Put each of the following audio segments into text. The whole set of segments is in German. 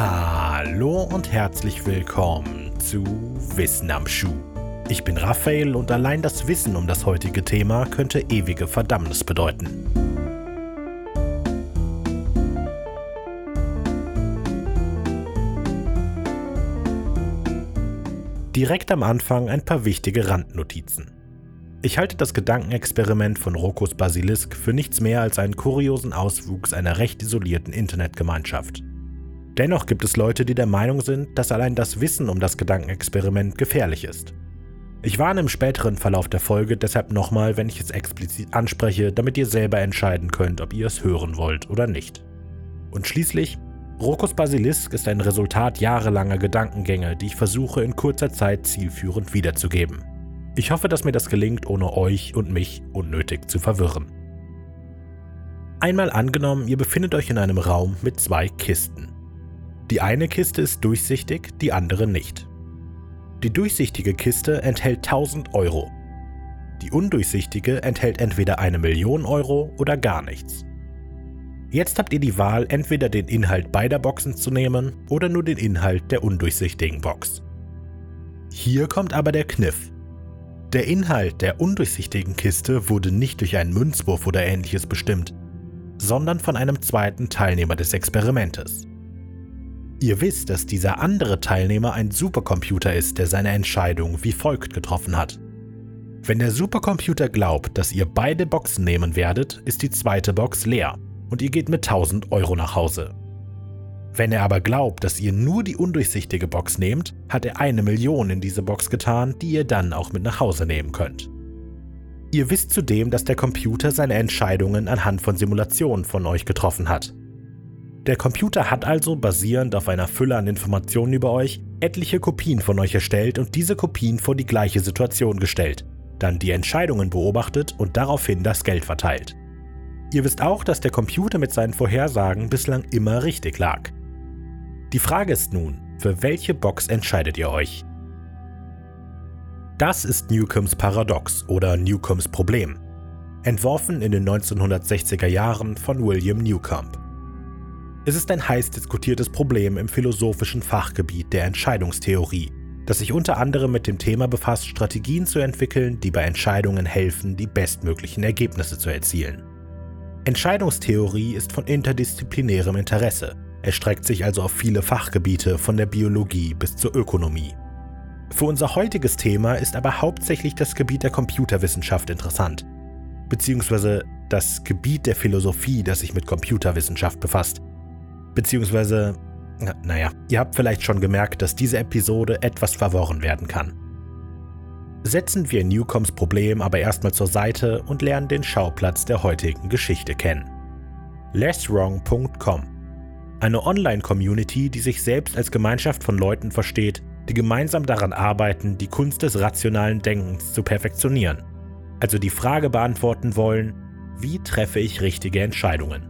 Hallo und herzlich willkommen zu Wissen am Schuh. Ich bin Raphael und allein das Wissen um das heutige Thema könnte ewige Verdammnis bedeuten. Direkt am Anfang ein paar wichtige Randnotizen. Ich halte das Gedankenexperiment von Rokos Basilisk für nichts mehr als einen kuriosen Auswuchs einer recht isolierten Internetgemeinschaft. Dennoch gibt es Leute, die der Meinung sind, dass allein das Wissen um das Gedankenexperiment gefährlich ist. Ich warne im späteren Verlauf der Folge deshalb nochmal, wenn ich es explizit anspreche, damit ihr selber entscheiden könnt, ob ihr es hören wollt oder nicht. Und schließlich, Rokos Basilisk ist ein Resultat jahrelanger Gedankengänge, die ich versuche in kurzer Zeit zielführend wiederzugeben. Ich hoffe, dass mir das gelingt, ohne euch und mich unnötig zu verwirren. Einmal angenommen, ihr befindet euch in einem Raum mit zwei Kisten. Die eine Kiste ist durchsichtig, die andere nicht. Die durchsichtige Kiste enthält 1000 Euro. Die undurchsichtige enthält entweder 1 Million Euro oder gar nichts. Jetzt habt ihr die Wahl, entweder den Inhalt beider Boxen zu nehmen oder nur den Inhalt der undurchsichtigen Box. Hier kommt aber der Kniff. Der Inhalt der undurchsichtigen Kiste wurde nicht durch einen Münzwurf oder ähnliches bestimmt, sondern von einem zweiten Teilnehmer des Experimentes. Ihr wisst, dass dieser andere Teilnehmer ein Supercomputer ist, der seine Entscheidung wie folgt getroffen hat. Wenn der Supercomputer glaubt, dass ihr beide Boxen nehmen werdet, ist die zweite Box leer und ihr geht mit 1000 Euro nach Hause. Wenn er aber glaubt, dass ihr nur die undurchsichtige Box nehmt, hat er 1 Million in diese Box getan, die ihr dann auch mit nach Hause nehmen könnt. Ihr wisst zudem, dass der Computer seine Entscheidungen anhand von Simulationen von euch getroffen hat. Der Computer hat also, basierend auf einer Fülle an Informationen über euch, etliche Kopien von euch erstellt und diese Kopien vor die gleiche Situation gestellt, dann die Entscheidungen beobachtet und daraufhin das Geld verteilt. Ihr wisst auch, dass der Computer mit seinen Vorhersagen bislang immer richtig lag. Die Frage ist nun, für welche Box entscheidet ihr euch? Das ist Newcombs Paradox oder Newcombs Problem, entworfen in den 1960er Jahren von William Newcomb. Es ist ein heiß diskutiertes Problem im philosophischen Fachgebiet der Entscheidungstheorie, das sich unter anderem mit dem Thema befasst, Strategien zu entwickeln, die bei Entscheidungen helfen, die bestmöglichen Ergebnisse zu erzielen. Entscheidungstheorie ist von interdisziplinärem Interesse, erstreckt sich also auf viele Fachgebiete von der Biologie bis zur Ökonomie. Für unser heutiges Thema ist aber hauptsächlich das Gebiet der Computerwissenschaft interessant, beziehungsweise das Gebiet der Philosophie, das sich mit Computerwissenschaft befasst. Beziehungsweise, ihr habt vielleicht schon gemerkt, dass diese Episode etwas verworren werden kann. Setzen wir Newcombs Problem aber erstmal zur Seite und lernen den Schauplatz der heutigen Geschichte kennen. lesswrong.com, eine Online-Community, die sich selbst als Gemeinschaft von Leuten versteht, die gemeinsam daran arbeiten, die Kunst des rationalen Denkens zu perfektionieren, also die Frage beantworten wollen, wie treffe ich richtige Entscheidungen?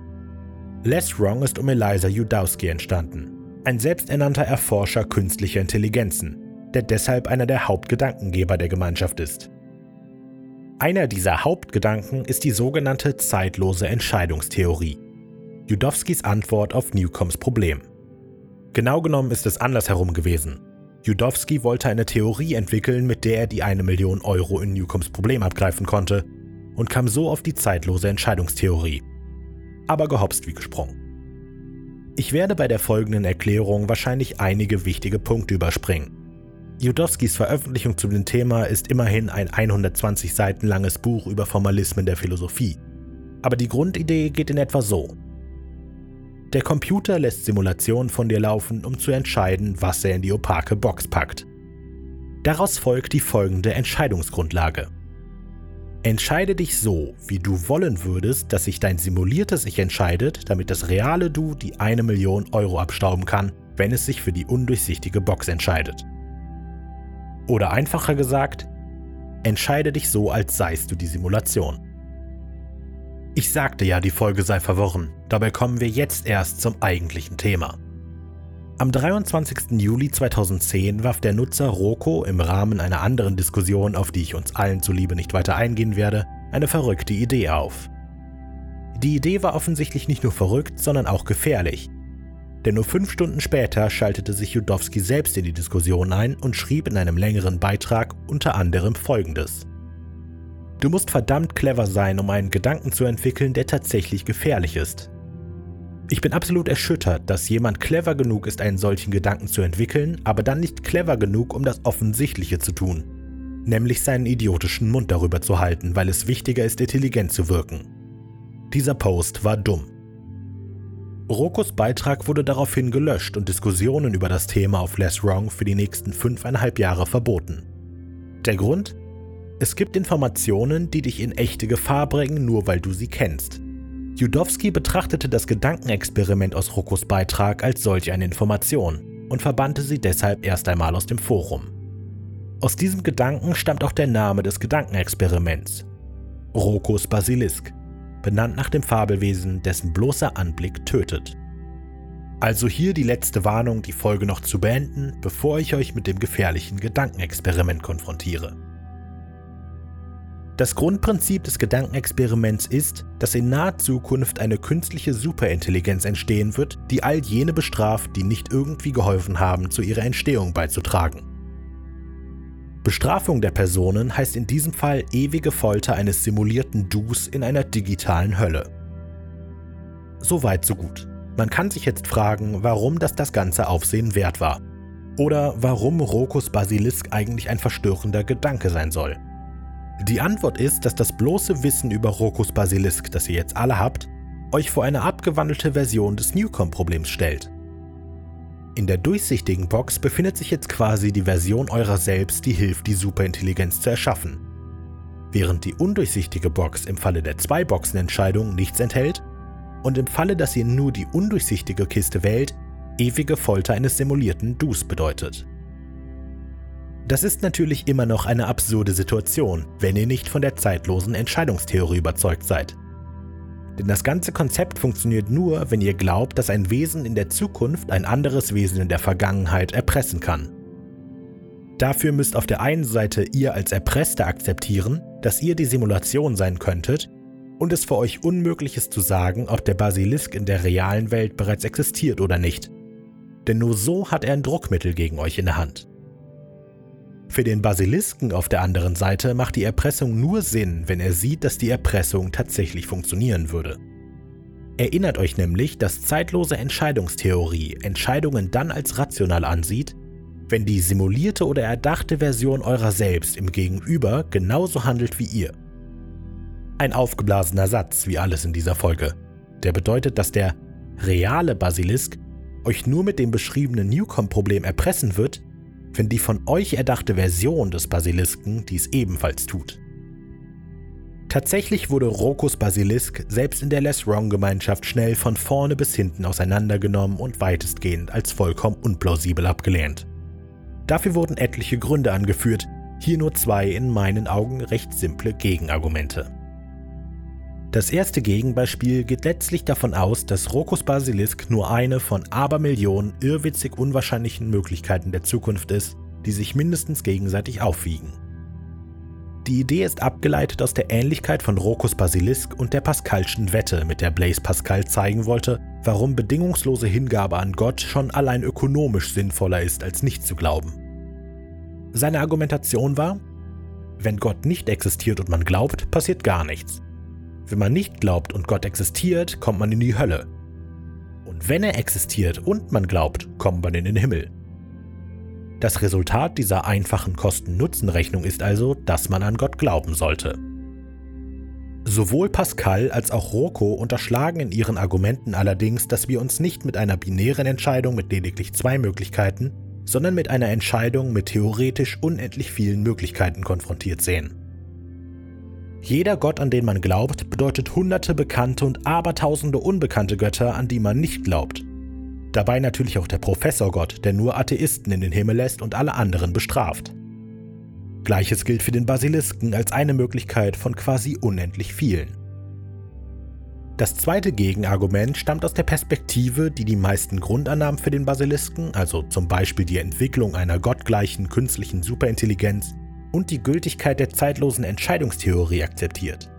Less Wrong ist um Eliezer Yudkowsky entstanden, ein selbsternannter Erforscher künstlicher Intelligenzen, der deshalb einer der Hauptgedankengeber der Gemeinschaft ist. Einer dieser Hauptgedanken ist die sogenannte zeitlose Entscheidungstheorie, Yudkowskys Antwort auf Newcombs Problem. Genau genommen ist es andersherum gewesen. Yudkowsky wollte eine Theorie entwickeln, mit der er die 1 Million Euro in Newcombs Problem abgreifen konnte und kam so auf die zeitlose Entscheidungstheorie. Aber gehopst wie gesprungen. Ich werde bei der folgenden Erklärung wahrscheinlich einige wichtige Punkte überspringen. Yudkowskys Veröffentlichung zu dem Thema ist immerhin ein 120 Seiten langes Buch über Formalismen der Philosophie. Aber die Grundidee geht in etwa so. Der Computer lässt Simulationen von dir laufen, um zu entscheiden, was er in die opake Box packt. Daraus folgt die folgende Entscheidungsgrundlage. Entscheide dich so, wie du wollen würdest, dass sich dein simuliertes Ich entscheidet, damit das reale Du die 1 Million Euro abstauben kann, wenn es sich für die undurchsichtige Box entscheidet. Oder einfacher gesagt, entscheide dich so, als seist du die Simulation. Ich sagte ja, die Folge sei verworren, dabei kommen wir jetzt erst zum eigentlichen Thema. Am 23. Juli 2010 warf der Nutzer Roko im Rahmen einer anderen Diskussion, auf die ich uns allen zuliebe nicht weiter eingehen werde, eine verrückte Idee auf. Die Idee war offensichtlich nicht nur verrückt, sondern auch gefährlich. Denn nur 5 Stunden später schaltete sich Judowski selbst in die Diskussion ein und schrieb in einem längeren Beitrag unter anderem Folgendes: Du musst verdammt clever sein, um einen Gedanken zu entwickeln, der tatsächlich gefährlich ist. Ich bin absolut erschüttert, dass jemand clever genug ist, einen solchen Gedanken zu entwickeln, aber dann nicht clever genug, um das Offensichtliche zu tun, nämlich seinen idiotischen Mund darüber zu halten, weil es wichtiger ist, intelligent zu wirken. Dieser Post war dumm. Rokos Beitrag wurde daraufhin gelöscht und Diskussionen über das Thema auf Less Wrong für die nächsten 5,5 Jahre verboten. Der Grund? Es gibt Informationen, die dich in echte Gefahr bringen, nur weil du sie kennst. Judowski betrachtete das Gedankenexperiment aus Rokos Beitrag als solch eine Information und verbannte sie deshalb erst einmal aus dem Forum. Aus diesem Gedanken stammt auch der Name des Gedankenexperiments: Rokos Basilisk, benannt nach dem Fabelwesen, dessen bloßer Anblick tötet. Also hier die letzte Warnung, die Folge noch zu beenden, bevor ich euch mit dem gefährlichen Gedankenexperiment konfrontiere. Das Grundprinzip des Gedankenexperiments ist, dass in naher Zukunft eine künstliche Superintelligenz entstehen wird, die all jene bestraft, die nicht irgendwie geholfen haben, zu ihrer Entstehung beizutragen. Bestrafung der Personen heißt in diesem Fall ewige Folter eines simulierten Dus in einer digitalen Hölle. Soweit so gut. Man kann sich jetzt fragen, warum das ganze Aufsehen wert war. Oder warum Rokos Basilisk eigentlich ein verstörender Gedanke sein soll. Die Antwort ist, dass das bloße Wissen über Rokos Basilisk, das ihr jetzt alle habt, euch vor eine abgewandelte Version des Newcomb-Problems stellt. In der durchsichtigen Box befindet sich jetzt quasi die Version eurer selbst, die hilft, die Superintelligenz zu erschaffen. Während die undurchsichtige Box im Falle der 2-Boxen-Entscheidung nichts enthält und im Falle, dass ihr nur die undurchsichtige Kiste wählt, ewige Folter eines simulierten Dus bedeutet. Das ist natürlich immer noch eine absurde Situation, wenn ihr nicht von der zeitlosen Entscheidungstheorie überzeugt seid. Denn das ganze Konzept funktioniert nur, wenn ihr glaubt, dass ein Wesen in der Zukunft ein anderes Wesen in der Vergangenheit erpressen kann. Dafür müsst auf der einen Seite ihr als Erpresster akzeptieren, dass ihr die Simulation sein könntet und es für euch unmöglich ist zu sagen, ob der Basilisk in der realen Welt bereits existiert oder nicht. Denn nur so hat er ein Druckmittel gegen euch in der Hand. Für den Basilisken auf der anderen Seite macht die Erpressung nur Sinn, wenn er sieht, dass die Erpressung tatsächlich funktionieren würde. Erinnert euch nämlich, dass zeitlose Entscheidungstheorie Entscheidungen dann als rational ansieht, wenn die simulierte oder erdachte Version eurer selbst im Gegenüber genauso handelt wie ihr. Ein aufgeblasener Satz, wie alles in dieser Folge. Der bedeutet, dass der reale Basilisk euch nur mit dem beschriebenen Newcomb-Problem erpressen wird, wenn die von euch erdachte Version des Basilisken dies ebenfalls tut. Tatsächlich wurde Rokos Basilisk selbst in der Less Wrong-Gemeinschaft schnell von vorne bis hinten auseinandergenommen und weitestgehend als vollkommen unplausibel abgelehnt. Dafür wurden etliche Gründe angeführt, hier nur 2 in meinen Augen recht simple Gegenargumente. Das erste Gegenbeispiel geht letztlich davon aus, dass Rokos Basilisk nur eine von Abermillionen irrwitzig unwahrscheinlichen Möglichkeiten der Zukunft ist, die sich mindestens gegenseitig aufwiegen. Die Idee ist abgeleitet aus der Ähnlichkeit von Rokos Basilisk und der Pascalschen Wette, mit der Blaise Pascal zeigen wollte, warum bedingungslose Hingabe an Gott schon allein ökonomisch sinnvoller ist, als nicht zu glauben. Seine Argumentation war: Wenn Gott nicht existiert und man glaubt, passiert gar nichts. Wenn man nicht glaubt und Gott existiert, kommt man in die Hölle. Und wenn er existiert und man glaubt, kommt man in den Himmel. Das Resultat dieser einfachen Kosten-Nutzen-Rechnung ist also, dass man an Gott glauben sollte. Sowohl Pascal als auch Roko unterschlagen in ihren Argumenten allerdings, dass wir uns nicht mit einer binären Entscheidung mit lediglich 2 Möglichkeiten, sondern mit einer Entscheidung mit theoretisch unendlich vielen Möglichkeiten konfrontiert sehen. Jeder Gott, an den man glaubt, bedeutet hunderte bekannte und abertausende unbekannte Götter, an die man nicht glaubt. Dabei natürlich auch der Professorgott, der nur Atheisten in den Himmel lässt und alle anderen bestraft. Gleiches gilt für den Basilisken als eine Möglichkeit von quasi unendlich vielen. Das zweite Gegenargument stammt aus der Perspektive, die die meisten Grundannahmen für den Basilisken, also zum Beispiel die Entwicklung einer gottgleichen künstlichen Superintelligenz, und die Gültigkeit der zeitlosen Entscheidungstheorie akzeptiert.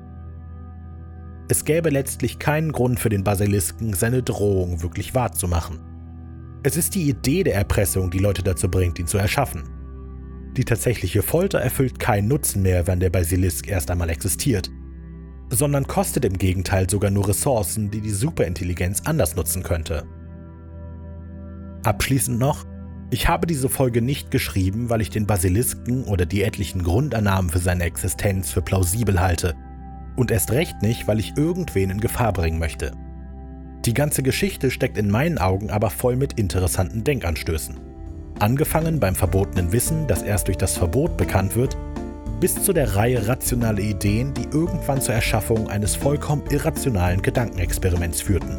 Es gäbe letztlich keinen Grund für den Basilisken, seine Drohung wirklich wahrzumachen. Es ist die Idee der Erpressung, die Leute dazu bringt, ihn zu erschaffen. Die tatsächliche Folter erfüllt keinen Nutzen mehr, wenn der Basilisk erst einmal existiert, sondern kostet im Gegenteil sogar nur Ressourcen, die die Superintelligenz anders nutzen könnte. Abschließend noch: Ich habe diese Folge nicht geschrieben, weil ich den Basilisken oder die etlichen Grundannahmen für seine Existenz für plausibel halte. Und erst recht nicht, weil ich irgendwen in Gefahr bringen möchte. Die ganze Geschichte steckt in meinen Augen aber voll mit interessanten Denkanstößen. Angefangen beim verbotenen Wissen, das erst durch das Verbot bekannt wird, bis zu der Reihe rationaler Ideen, die irgendwann zur Erschaffung eines vollkommen irrationalen Gedankenexperiments führten.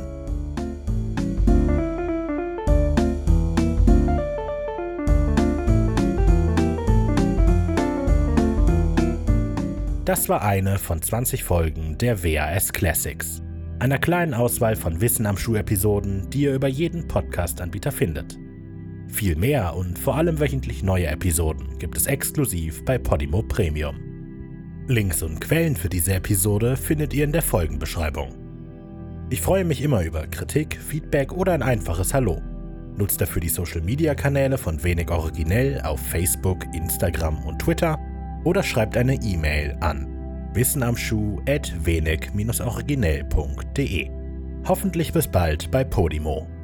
Das war eine von 20 Folgen der WAS Classics, einer kleinen Auswahl von Wissen am Schuh-Episoden, die ihr über jeden Podcast-Anbieter findet. Viel mehr und vor allem wöchentlich neue Episoden gibt es exklusiv bei Podimo Premium. Links und Quellen für diese Episode findet ihr in der Folgenbeschreibung. Ich freue mich immer über Kritik, Feedback oder ein einfaches Hallo. Nutzt dafür die Social-Media-Kanäle von Wenig Originell auf Facebook, Instagram und Twitter oder schreibt eine E-Mail an wissenamschuh@wenig-originell.de. Hoffentlich bis bald bei Podimo.